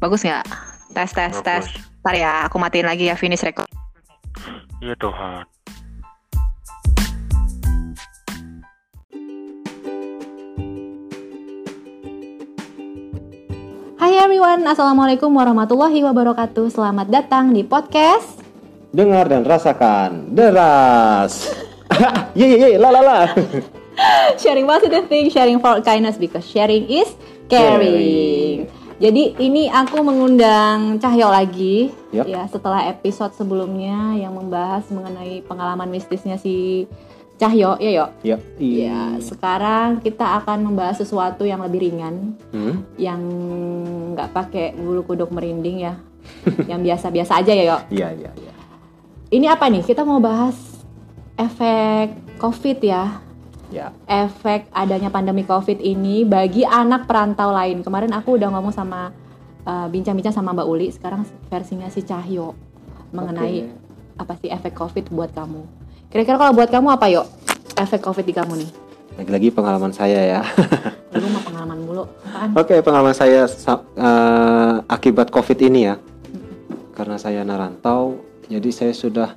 Bagus nggak? Tes. Bagus. Ntar ya, aku matiin lagi ya finish record. Iya Tuhan. Hai everyone, Assalamualaikum warahmatullahi wabarakatuh. Selamat datang di podcast Dengar dan rasakan deras. Ye la. Sharing positive things, sharing for kindness because sharing is caring. Jadi ini aku mengundang Cahyo lagi. Yep. Ya, setelah episode sebelumnya yang membahas mengenai pengalaman mistisnya si Cahyo, ya Yo. Yap. Ya, sekarang kita akan membahas sesuatu yang lebih ringan, yang nggak pakai bulu kuduk merinding ya, yang biasa-biasa aja ya Yo. Iya. Ini apa nih? Kita mau bahas efek COVID ya. Ya. Efek adanya pandemi COVID ini bagi anak perantau lain. Kemarin aku udah ngomong sama bincang-bincang sama Mbak Uli. Sekarang versinya si Cahyo mengenai apa sih efek COVID buat kamu. Kira-kira kalau buat kamu apa Yo? Efek COVID di kamu nih? Lagi-lagi pengalaman saya ya. Lu mah pengalaman mulu. Apaan? Oke, pengalaman saya akibat COVID ini ya. Karena saya narantau, jadi saya sudah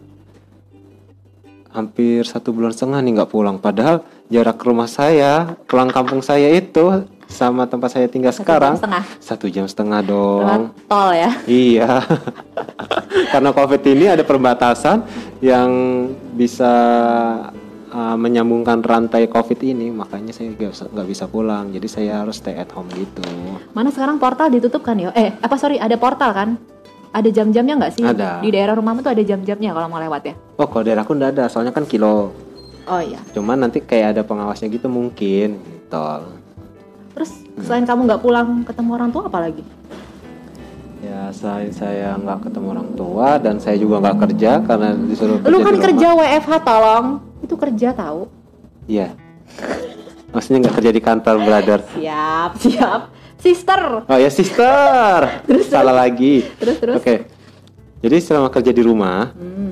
hampir 1,5 bulan nih nggak pulang. Padahal jarak rumah saya, pulang kampung saya itu sama tempat saya tinggal sekarang 1,5 jam dong. Lewat tol ya? Iya. Karena COVID ini ada perbatasan yang bisa menyambungkan rantai COVID ini, makanya saya nggak bisa pulang. Jadi saya harus stay at home gitu. Mana sekarang portal ditutup kan Yo? Ada portal kan? Ada jam-jamnya nggak sih? Ada. Di daerah rumahmu tuh ada jam-jamnya kalau mau lewat ya? Oh, kalau daerahku nggak ada, soalnya kan kilo. Oh iya. Cuman nanti kayak ada pengawasnya gitu mungkin, gitu. Terus selain kamu nggak pulang ketemu orang tua apa lagi? Ya, selain saya nggak ketemu orang tua dan saya juga nggak kerja karena disuruh kerja Lu kan di rumah. kerja WFH tolong. Itu kerja tahu. Iya. Maksudnya nggak kerja di kantor, brother. Siap. Sister. Oh ya, sister. Salah lagi. Terus. Oke. Jadi selama kerja di rumah,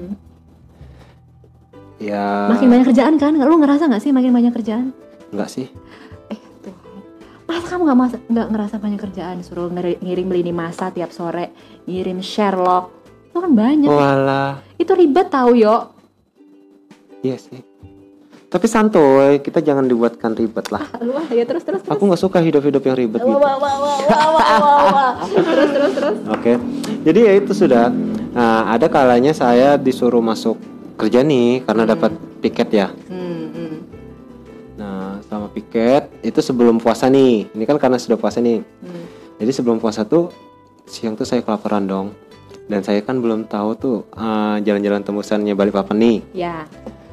ya. Makin banyak kerjaan kan? Lu ngerasa nggak sih makin banyak kerjaan? Enggak sih. Tuh. Masa kamu nggak ngerasa banyak kerjaan? Suruh ngirim lini masa tiap sore, ngirim Sherlock. Itu kan banyak. Walah. Itu ribet tahu Yo. Iya sih. Tapi santuy, kita jangan dibuatkan ribet lah. Lu ya terus. Aku nggak suka hidup yang ribet gitu. Wah. Terus. Oke. Jadi ya itu sudah. Nah, ada kalanya saya disuruh masuk kerja nih karena dapat piket ya. Nah, sama piket itu sebelum puasa nih. Ini kan karena sudah puasa nih. Jadi sebelum puasa tuh siang tuh saya kelaparan dong. Dan saya kan belum tahu tuh jalan-jalan tembusannya Balikpapan nih. Ya.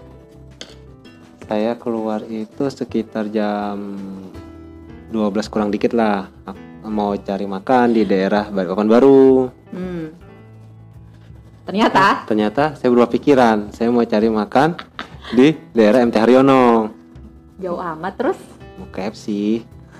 Saya keluar itu sekitar jam 12 kurang dikit lah. Mau cari makan di daerah Balikpapan baru. Ternyata saya berubah pikiran. Saya mau cari makan di daerah MT Haryono. Jauh amat terus. Mau KFC.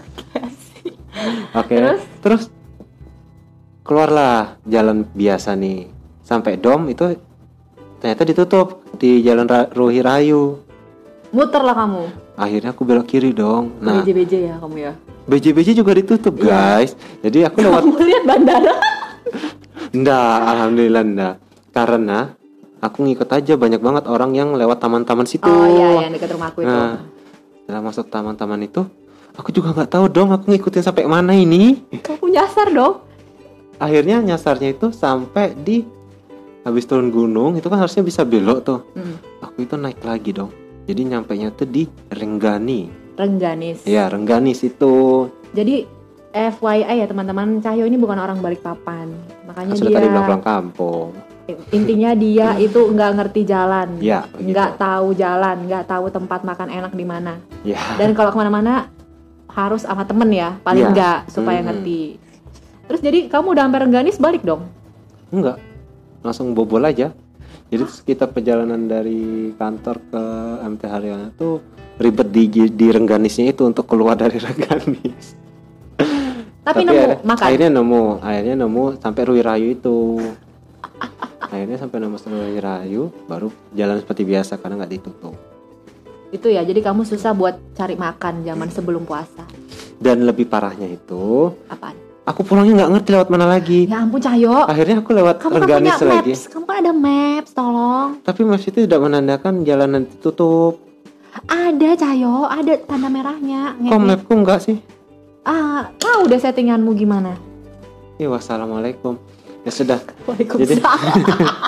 Oke. Terus keluarlah jalan biasa nih. Sampai Dom itu ternyata ditutup di Jalan Ruhi Rahayu. Muter lah kamu. Akhirnya aku belok kiri dong. Nah, BJ ya kamu ya. BJ juga ditutup guys. Jadi aku lewat. Kamu lihat bandara? Nggak, alhamdulillah nggak. Karena aku ngikut aja banyak banget orang yang lewat taman-taman situ. Oh iya, yang dekat rumahku itu. Nah, setelah masuk taman-taman itu, aku juga nggak tahu dong. Aku ngikutin sampai mana ini. Kamu nyasar dong. Akhirnya nyasarnya itu sampai di habis turun gunung itu kan harusnya bisa belok tuh. Aku itu naik lagi dong. Jadi nyampainya tuh di Rengganis. Iya, Rengganis itu. Jadi FYI ya teman-teman, Cahyo ini bukan orang Balikpapan. Makanya Sudah tadi bilang pulang kampung. Intinya dia itu nggak ngerti jalan, Ya, nggak tahu jalan, nggak tahu tempat makan enak di mana. Ya. Dan kalau kemana-mana harus sama temen ya, paling nggak supaya ngerti. Terus jadi kamu udah sampai Rengganis balik dong? Enggak, langsung bobol aja. Jadi sekitar perjalanan dari kantor ke MT Haryono tuh ribet di Rengganisnya itu untuk keluar dari Rengganis. Tapi nemu makan. Akhirnya nemu sampai Ruhi Rahayu itu. Akhirnya sampai nemu Ruhi Rahayu, baru jalan seperti biasa karena nggak ditutup. Itu ya, jadi kamu susah buat cari makan zaman sebelum puasa. Dan lebih parahnya itu, Apaan? Aku pulangnya nggak ngerti lewat mana lagi. Ya ampun Cahyo. Akhirnya aku lewat Kamu kan Rengganis punya lagi. maps. Kamu kan ada maps, tolong. Tapi maps itu tidak menandakan jalanan ditutup. Ada Cahyo, ada tanda merahnya. Kok mapku enggak sih? Tahu udah settinganmu gimana? Ya wassalamualaikum. Ya sudah. Waalaikumsalam.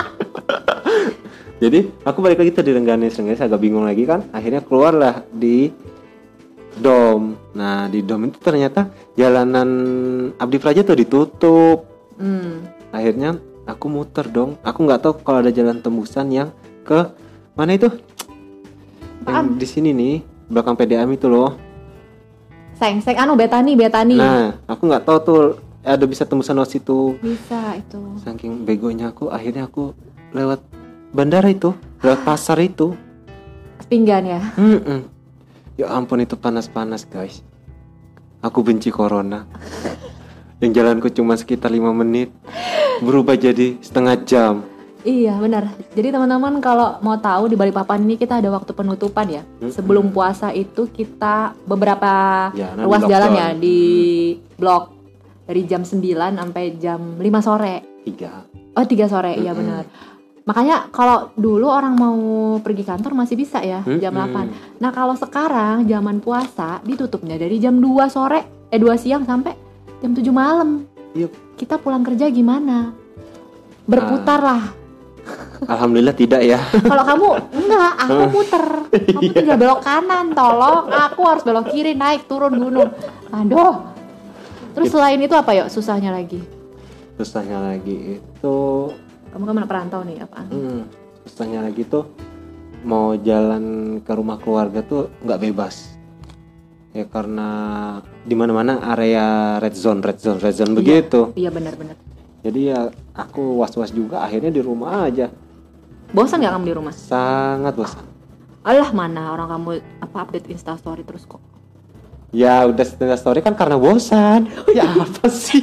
Jadi aku balik lagi tuh di Rengganis agak bingung lagi kan. Akhirnya keluarlah di Dom. Nah di Dom itu ternyata jalanan Abdi Praja tuh ditutup. Akhirnya aku muter dong. Aku nggak tahu kalau ada jalan tembusan yang ke mana itu? Yang di sini nih belakang PDAM itu loh. Seng Betani. Nah aku nggak tahu tuh ada bisa tembusan lewat situ. Bisa itu. Saking begonya aku, akhirnya aku lewat bandara itu, lewat pasar itu. Pinggan ya. Ya ampun itu panas-panas guys. Aku benci corona. Yang jalanku cuma sekitar 5 menit berubah jadi setengah jam. Iya benar. Jadi teman-teman kalau mau tahu di Balikpapan ini kita ada waktu penutupan ya. Sebelum puasa itu kita beberapa ruas jalan ya di blok dari jam 9 sampai jam 5 sore. 3 sore, iya benar. Makanya kalau dulu orang mau pergi kantor masih bisa ya jam 8. Nah kalau sekarang zaman puasa ditutupnya dari jam 2 siang sampai jam 7 malam. Kita pulang kerja gimana? Berputar lah. Alhamdulillah tidak ya. Kalau kamu enggak, aku muter. Kamu tinggal belok kanan, tolong. Aku harus belok kiri, naik turun gunung. Aduh. Terus selain itu apa yuk susahnya lagi? Susahnya lagi itu kamu kan anak perantau nih apaan? Susahnya lagi tuh mau jalan ke rumah keluarga tuh nggak bebas. Ya karena di mana-mana area red zone begitu. Iya benar-benar. Jadi ya aku was-was juga akhirnya di rumah aja. Bosan nggak kamu di rumah? Sangat bosan. Alah mana orang kamu update Instastory terus kok. Ya udah Instastory kan karena bosan. Ya apa sih?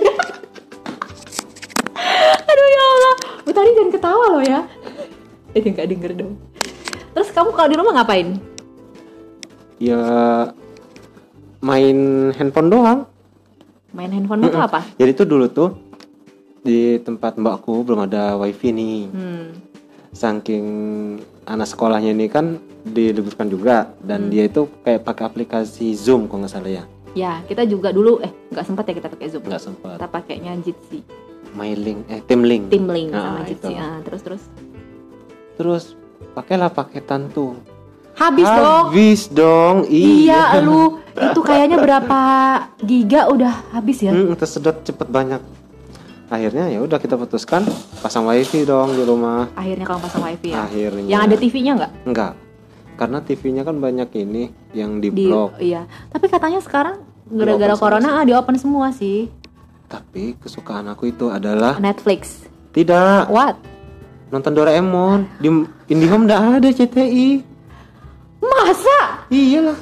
Aduh ya Allah, tadi jangan ketawa loh ya. Nggak denger dong. Terus kamu kalau di rumah ngapain? Ya main handphone doang. Main handphone itu apa? Jadi tuh dulu tuh di tempat mbakku belum ada wifi nih. Saking anak sekolahnya ini kan diliburkan juga dan dia itu kayak pakai aplikasi Zoom kalau nggak salah ya. Ya kita juga dulu nggak sempat ya kita pakai Zoom. Nggak sempat. Kita pakainya Jitsi. Teamlink sama Jitsi. Terus pakailah paketan tuh. Habis dong. Iya lu itu kayaknya berapa giga udah habis ya? Tersedot cepet banyak. Akhirnya ya udah kita putuskan pasang wifi dong di rumah. Akhirnya kamu pasang wifi ya? Akhirnya. Yang ada TV-nya nggak? Enggak. Karena TV-nya kan banyak ini yang di blok. Iya. Tapi katanya sekarang gara-gara corona di open semua sih. Tapi kesukaan aku itu adalah Netflix. Tidak. What? Nonton Doraemon. Di IndiHome nggak ada CTI. Masa? Iyalah.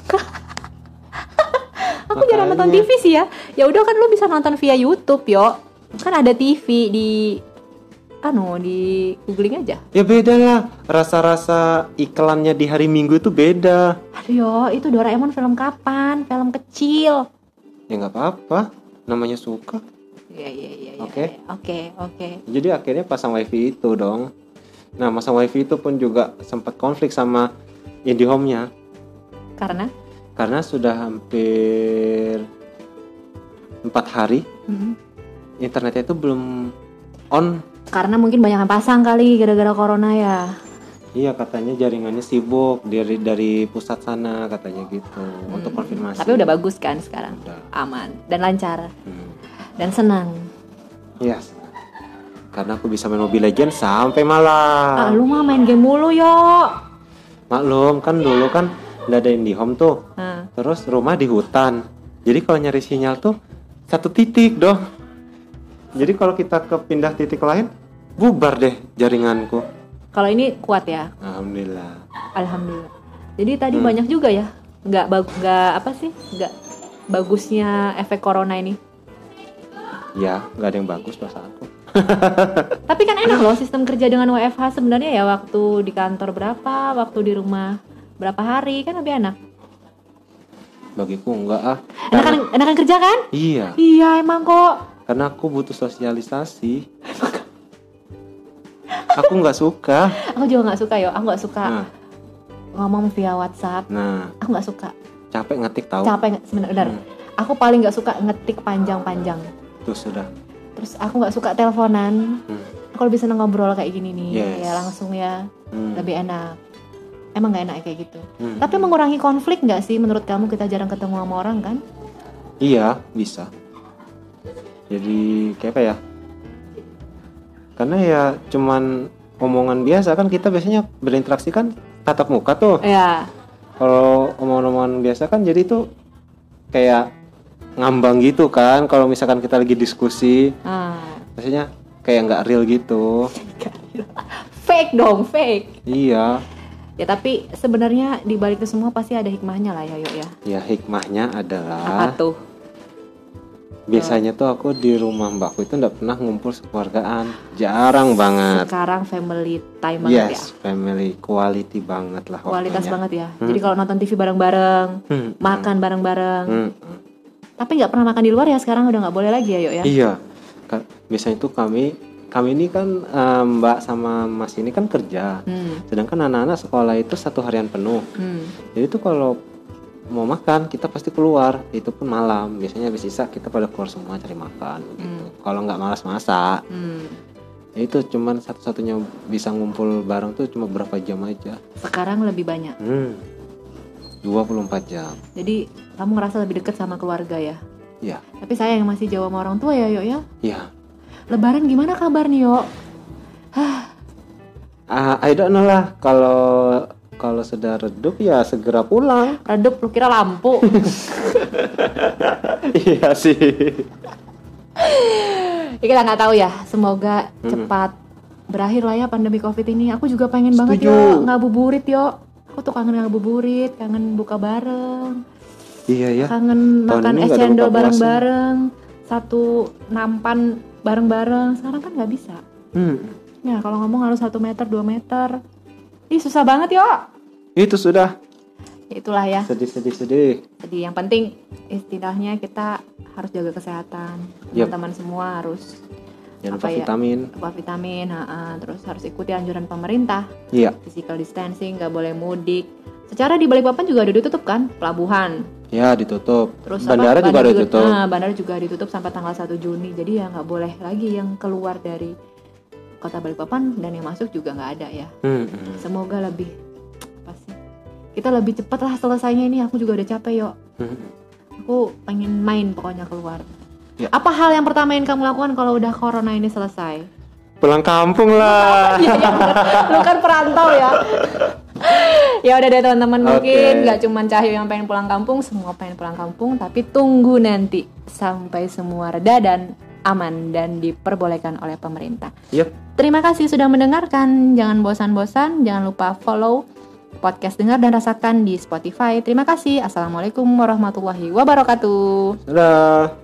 Aku jarang nonton TV sih ya. Ya udah kan lu bisa nonton via YouTube yo. Kan ada TV di googling aja. Ya beda lah. Rasa-rasa iklannya di hari Minggu itu beda. Aduh yo, itu Doraemon film kapan? Film kecil. Ya nggak apa-apa. Namanya suka. Iya. Oke. Jadi akhirnya pasang wifi itu dong. Nah pasang wifi itu pun juga sempat konflik sama IndiHome-nya. Karena sudah hampir 4 hari internetnya itu belum on. Karena mungkin banyak yang pasang kali gara-gara corona ya. Iya katanya jaringannya sibuk dari pusat sana katanya gitu untuk konfirmasi. Tapi udah bagus kan sekarang? Udah. Aman dan lancar dan senang. Iya. Karena aku bisa main Mobile Legends sampai malam. Lu mah main game mulu yo. Maklum kan dulu kan nggak ada IndiHome tuh. Terus rumah di hutan. Jadi kalau nyari sinyal tuh satu titik dong. Jadi kalau kita pindah titik lain, bubar deh jaringanku. Kalau ini kuat ya? Alhamdulillah. Jadi tadi banyak juga ya, nggak bagusnya efek corona ini? Ya, nggak ada yang bagus perasaanku. Tapi kan enak loh sistem kerja dengan WFH sebenarnya ya. Waktu di kantor berapa, waktu di rumah berapa hari, kan lebih enak. Bagiku enggak ah. Enakan kerja kan? Iya. Iya emang kok. Karena aku butuh sosialisasi. Aku nggak suka. Aku juga nggak suka yo. Aku nggak suka Nah, ngomong via WhatsApp. nah, Aku nggak suka. capek ngetik tahu. Capek sebenarnya. Aku paling nggak suka ngetik panjang-panjang. Tuh sudah. Terus aku nggak suka teleponan. Aku lebih seneng ngobrol kayak gini nih. Yes. Ya langsung ya. Hmm. Lebih enak. Emang nggak enak kayak gitu. Hmm. Tapi mengurangi konflik nggak sih menurut kamu? Kita jarang ketemu sama orang kan? Iya, bisa. Jadi kayak apa ya? Karena ya cuman omongan biasa kan, kita biasanya berinteraksi kan tatap muka tuh. Iya. Kalau omongan-omongan biasa kan jadi tuh kayak ngambang gitu kan. Kalau misalkan kita lagi diskusi, biasanya kayak nggak real gitu. Fake dong, fake. Iya. Ya tapi sebenarnya di balik itu semua pasti ada hikmahnya lah ya, Yuk ya. Ya hikmahnya adalah Apa tuh? biasanya tuh aku di rumah mbakku itu nggak pernah ngumpul sekeluargaan, jarang banget. Sekarang family time banget ya. Yes, family quality banget lah. Kualitas waktunya. banget ya. Jadi kalau nonton TV bareng-bareng, makan bareng-bareng. Tapi nggak pernah makan di luar ya, sekarang udah nggak boleh lagi ya, Yuk ya. Iya. Biasanya tuh kami ini kan mbak sama mas ini kan kerja. Sedangkan anak-anak sekolah itu 1 harian penuh. Jadi tuh kalau mau makan kita pasti keluar, itu pun malam. Biasanya habis sisa kita pada keluar semua cari makan gitu. Kalau nggak malas masak. Ya itu cuman satu-satunya bisa ngumpul bareng tuh cuma berapa jam aja. Sekarang lebih banyak. 24 jam. Jadi kamu ngerasa lebih dekat sama keluarga ya. Iya. Tapi saya yang masih jauh sama orang tua ya, Yuk ya. Iya. Lebaran gimana kabar nih, Yuk? I don't know lah, kalau sudah redup ya segera pulang. Redup lu kira lampu. Iya sih. Ya kita nggak tahu ya. Semoga cepat berakhir lah ya pandemi COVID ini. Aku juga pengen banget Setuju. yo ngabuburit yo. Aku tuh kangen ngabuburit, kangen buka bareng, Iya ya. kangen Tahun makan ini es nggak ada cendol buka puasa. bareng-bareng, satu nampan bareng-bareng. Sekarang kan nggak bisa. Ya kalau ngomong harus 1 meter, 2 meter. Ih susah banget yo. Itu sudah. Itulah ya. Sedih. Jadi yang penting istilahnya kita harus jaga kesehatan. Yep. Teman-teman semua harus Jangan apa lupa ya? vitamin. Lupa vitamin, terus harus ikuti anjuran pemerintah. Iya. Physical distancing, nggak boleh mudik. Secara di Balikpapan juga udah ditutup kan, pelabuhan. Ya ditutup. Terus Bandara juga udah ditutup. Bandara juga ditutup sampai tanggal 1 Juni. Jadi ya nggak boleh lagi yang keluar dari kota Balikpapan, dan yang masuk juga nggak ada ya. Semoga lebih apa sih? Kita lebih cepat lah selesainya ini. Aku juga udah capek yo. Aku pengen main pokoknya keluar. Ya. Apa hal yang pertama yang kamu lakukan kalau udah corona ini selesai? Pulang kampung lah. Iya, lu kan perantau ya. Ya udah deh teman-teman, mungkin nggak cuma Cahyo yang pengen pulang kampung, semua pengen pulang kampung. Tapi tunggu nanti sampai semua reda dan aman dan diperbolehkan oleh pemerintah. Yep. Terima kasih sudah mendengarkan. Jangan bosan-bosan, jangan lupa follow podcast Dengar dan Rasakan di Spotify. Terima kasih. Assalamualaikum warahmatullahi wabarakatuh. Dadah.